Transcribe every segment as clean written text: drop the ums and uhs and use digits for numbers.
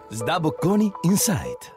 Sdabocconi Insight.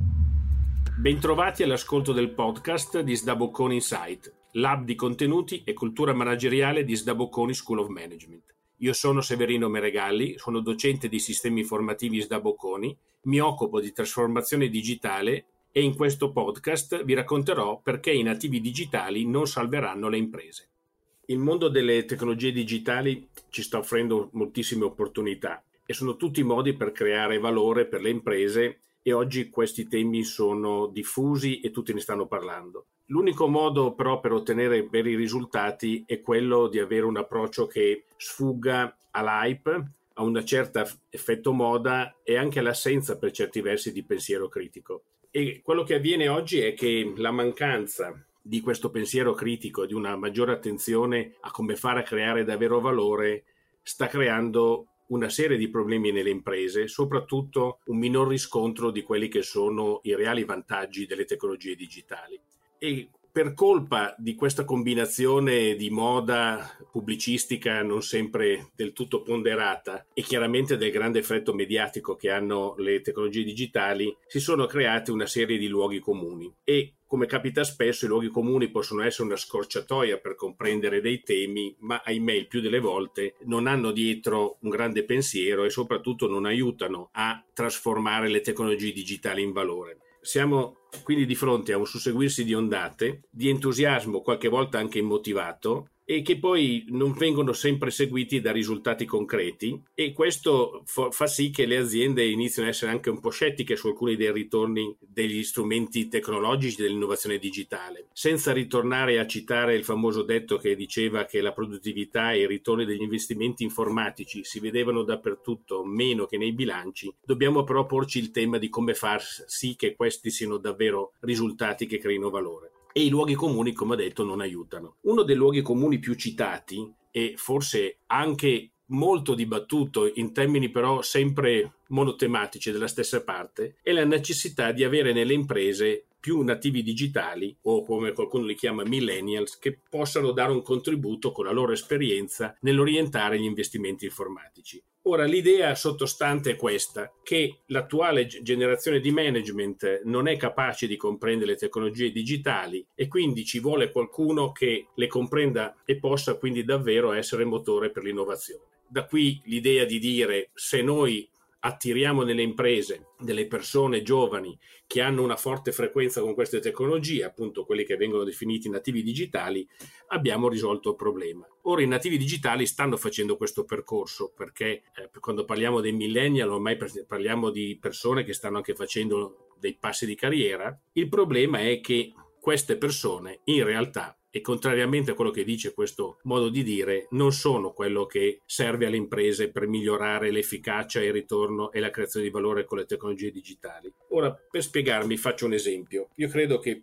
Bentrovati all'ascolto del podcast di Sdabocconi Insight, lab di contenuti e cultura manageriale di Sdabocconi School of Management. Io sono Severino Meregalli, sono docente di sistemi informativi Sdabocconi, mi occupo di trasformazione digitale e in questo podcast vi racconterò perché i nativi digitali non salveranno le imprese. Il mondo delle tecnologie digitali ci sta offrendo moltissime opportunità e sono tutti modi per creare valore per le imprese e oggi questi temi sono diffusi e tutti ne stanno parlando. L'unico modo però per ottenere veri risultati è quello di avere un approccio che sfugga all'hype, a un certo effetto moda e anche all'assenza per certi versi di pensiero critico. E quello che avviene oggi è che la mancanza di questo pensiero critico, di una maggiore attenzione a come fare a creare davvero valore, sta creando una serie di problemi nelle imprese, soprattutto un minor riscontro di quelli che sono i reali vantaggi delle tecnologie digitali. E per colpa di questa combinazione di moda pubblicistica non sempre del tutto ponderata e chiaramente del grande effetto mediatico che hanno le tecnologie digitali, si sono create una serie di luoghi comuni e, come capita spesso, i luoghi comuni possono essere una scorciatoia per comprendere dei temi, ma ahimè il più delle volte non hanno dietro un grande pensiero e soprattutto non aiutano a trasformare le tecnologie digitali in valore. Siamo quindi di fronte a un susseguirsi di ondate, di entusiasmo qualche volta anche immotivato e che poi non vengono sempre seguiti da risultati concreti e questo fa sì che le aziende iniziano a essere anche un po' scettiche su alcuni dei ritorni degli strumenti tecnologici dell'innovazione digitale. Senza ritornare a citare il famoso detto che diceva che la produttività e i ritorni degli investimenti informatici si vedevano dappertutto meno che nei bilanci, dobbiamo però porci il tema di come far sì che questi siano davvero risultati che creino valore. E i luoghi comuni, come ho detto, non aiutano. Uno dei luoghi comuni più citati e forse anche molto dibattuto in termini però sempre monotematici della stessa parte è la necessità di avere nelle imprese più nativi digitali o come qualcuno li chiama millennials che possano dare un contributo con la loro esperienza nell'orientare gli investimenti informatici. Ora l'idea sottostante è questa, che l'attuale generazione di management non è capace di comprendere le tecnologie digitali e quindi ci vuole qualcuno che le comprenda e possa quindi davvero essere motore per l'innovazione. Da qui l'idea di dire se noi attiriamo nelle imprese delle persone giovani che hanno una forte frequenza con queste tecnologie, appunto quelli che vengono definiti nativi digitali, abbiamo risolto il problema. Ora i nativi digitali stanno facendo questo percorso perché quando parliamo dei millennial ormai parliamo di persone che stanno anche facendo dei passi di carriera. Il problema è che queste persone in realtà, e contrariamente a quello che dice questo modo di dire, non sono quello che serve alle imprese per migliorare l'efficacia e il ritorno e la creazione di valore con le tecnologie digitali. Ora, per spiegarmi, faccio un esempio. Io credo che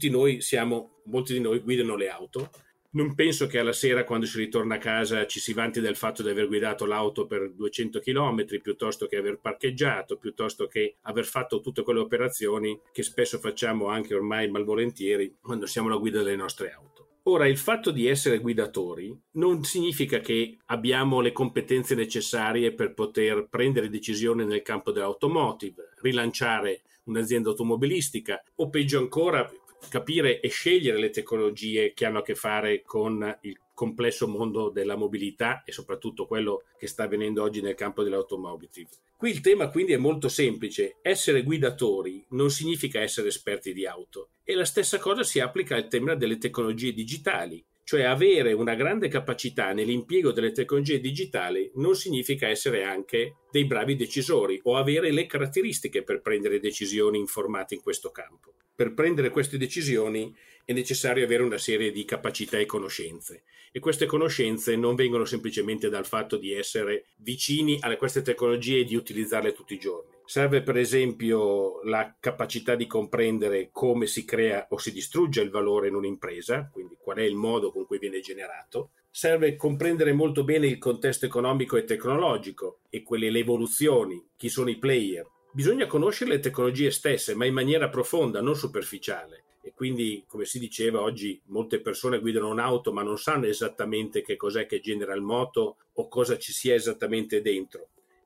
molti di noi guidano le auto. Non penso che alla sera quando si ritorna a casa ci si vanti del fatto di aver guidato l'auto per 200 km piuttosto che aver parcheggiato, piuttosto che aver fatto tutte quelle operazioni che spesso facciamo anche ormai malvolentieri quando siamo alla guida delle nostre auto. Ora, il fatto di essere guidatori non significa che abbiamo le competenze necessarie per poter prendere decisioni nel campo dell'automotive, rilanciare un'azienda automobilistica o peggio ancora capire e scegliere le tecnologie che hanno a che fare con il complesso mondo della mobilità e soprattutto quello che sta avvenendo oggi nel campo dell'automotive. Qui il tema quindi è molto semplice. Essere guidatori non significa essere esperti di auto e la stessa cosa si applica al tema delle tecnologie digitali. Cioè avere una grande capacità nell'impiego delle tecnologie digitali non significa essere anche dei bravi decisori o avere le caratteristiche per prendere decisioni informate in questo campo. Per prendere queste decisioni è necessario avere una serie di capacità e conoscenze e queste conoscenze non vengono semplicemente dal fatto di essere vicini a queste tecnologie e di utilizzarle tutti i giorni. Serve per esempio la capacità di comprendere come si crea o si distrugge il valore in un'impresa, quindi qual è il modo con cui viene generato. Serve comprendere molto bene il contesto economico e tecnologico e le evoluzioni, chi sono i player. Bisogna conoscere le tecnologie stesse, ma in maniera profonda, non superficiale. E quindi, come si diceva, oggi molte persone guidano un'auto ma non sanno esattamente che cos'è che genera il moto o cosa ci sia esattamente dentro.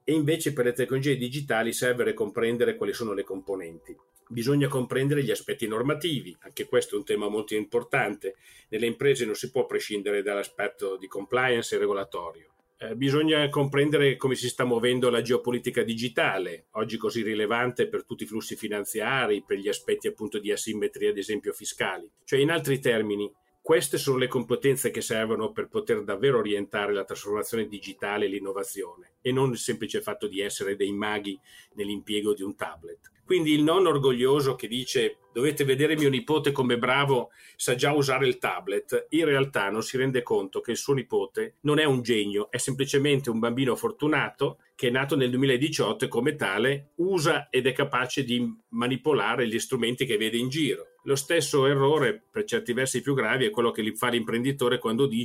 e invece per le tecnologie digitali serve comprendere quali sono le componenti. Bisogna comprendere gli aspetti normativi, anche questo è un tema molto importante. Nelle imprese non si può prescindere dall'aspetto di compliance e regolatorio. Bisogna comprendere come si sta muovendo la geopolitica digitale, oggi così rilevante per tutti i flussi finanziari, per gli aspetti appunto di asimmetria, ad esempio fiscali. Cioè, in altri termini, queste sono le competenze che servono per poter davvero orientare la trasformazione digitale e l'innovazione, e non il semplice fatto di essere dei maghi nell'impiego di un tablet. Quindi il nonno orgoglioso che dice dovete vedere mio nipote come bravo, sa già usare il tablet, in realtà non si rende conto che il suo nipote non è un genio, è semplicemente un bambino fortunato che è nato nel 2018 e come tale usa ed è capace di manipolare gli strumenti che vede in giro. Lo stesso errore, per certi versi più gravi, è quello che fa l'imprenditore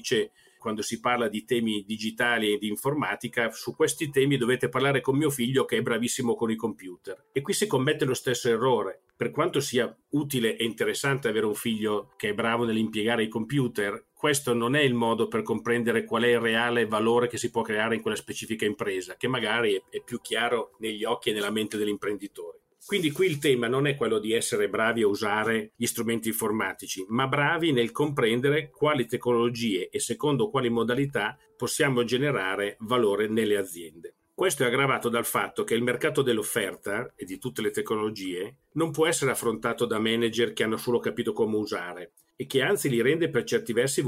quando si parla di temi digitali e di informatica, su questi temi dovete parlare con mio figlio che è bravissimo con i computer. E qui si commette lo stesso errore. Per quanto sia utile e interessante avere un figlio che è bravo nell'impiegare i computer, questo non è il modo per comprendere qual è il reale valore che si può creare in quella specifica impresa, che magari è più chiaro negli occhi e nella mente dell'imprenditore. Quindi qui il tema non è quello di essere bravi a usare gli strumenti informatici, ma bravi nel comprendere quali tecnologie e secondo quali modalità possiamo generare valore nelle aziende. Questo è aggravato dal fatto che il mercato dell'offerta e di tutte le tecnologie non può essere affrontato da manager che hanno solo capito come usare e che anzi li rende per certi versi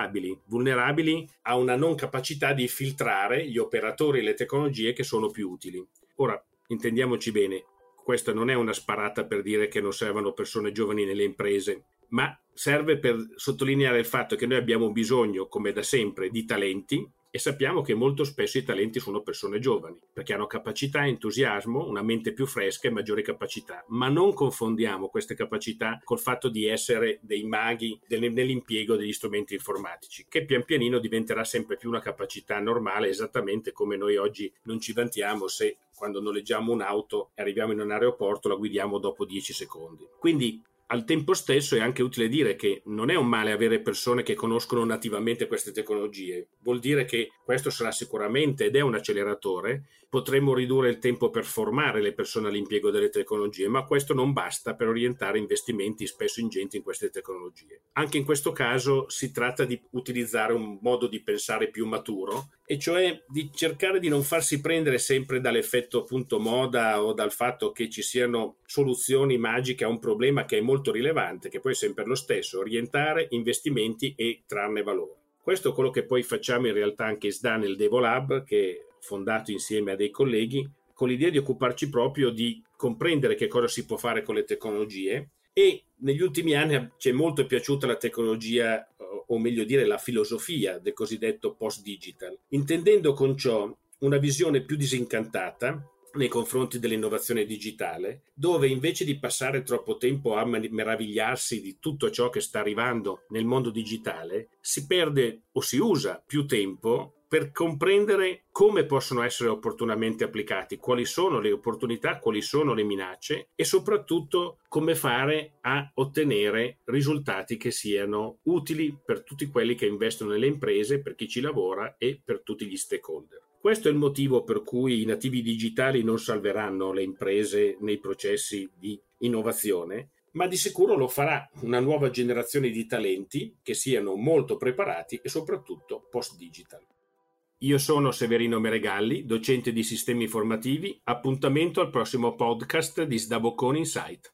vulnerabili a una non capacità di filtrare gli operatori e le tecnologie che sono più utili. Ora, intendiamoci bene, questa non è una sparata per dire che non servono persone giovani nelle imprese, ma serve per sottolineare il fatto che noi abbiamo bisogno, come da sempre, di talenti e sappiamo che molto spesso i talenti sono persone giovani, perché hanno capacità, entusiasmo, una mente più fresca e maggiori capacità. Ma non confondiamo queste capacità col fatto di essere dei maghi nell'impiego degli strumenti informatici, che pian pianino diventerà sempre più una capacità normale, esattamente come noi oggi non ci vantiamo se quando noleggiamo un'auto e arriviamo in un aeroporto la guidiamo dopo 10 secondi. Quindi al tempo stesso è anche utile dire che non è un male avere persone che conoscono nativamente queste tecnologie, vuol dire che questo sarà sicuramente ed è un acceleratore, potremmo ridurre il tempo per formare le persone all'impiego delle tecnologie, ma questo non basta per orientare investimenti spesso ingenti in queste tecnologie. Anche in questo caso si tratta di utilizzare un modo di pensare più maturo, e cioè di cercare di non farsi prendere sempre dall'effetto appunto moda o dal fatto che ci siano soluzioni magiche a un problema che è molto rilevante, che poi è sempre lo stesso, orientare investimenti e trarne valore. Questo è quello che poi facciamo in realtà anche SDA nel Devolab, che è fondato insieme a dei colleghi, con l'idea di occuparci proprio di comprendere che cosa si può fare con le tecnologie, e negli ultimi anni ci è molto piaciuta la tecnologia, o meglio dire la filosofia del cosiddetto post-digital, intendendo con ciò una visione più disincantata nei confronti dell'innovazione digitale, dove invece di passare troppo tempo a meravigliarsi di tutto ciò che sta arrivando nel mondo digitale, si perde o si usa più tempo per comprendere come possono essere opportunamente applicati, quali sono le opportunità, quali sono le minacce e soprattutto come fare a ottenere risultati che siano utili per tutti quelli che investono nelle imprese, per chi ci lavora e per tutti gli stakeholder. Questo è il motivo per cui i nativi digitali non salveranno le imprese nei processi di innovazione, ma di sicuro lo farà una nuova generazione di talenti che siano molto preparati e soprattutto post-digital. Io sono Severino Meregalli, docente di sistemi informativi. Appuntamento al prossimo podcast di SDA Bocconi Insight.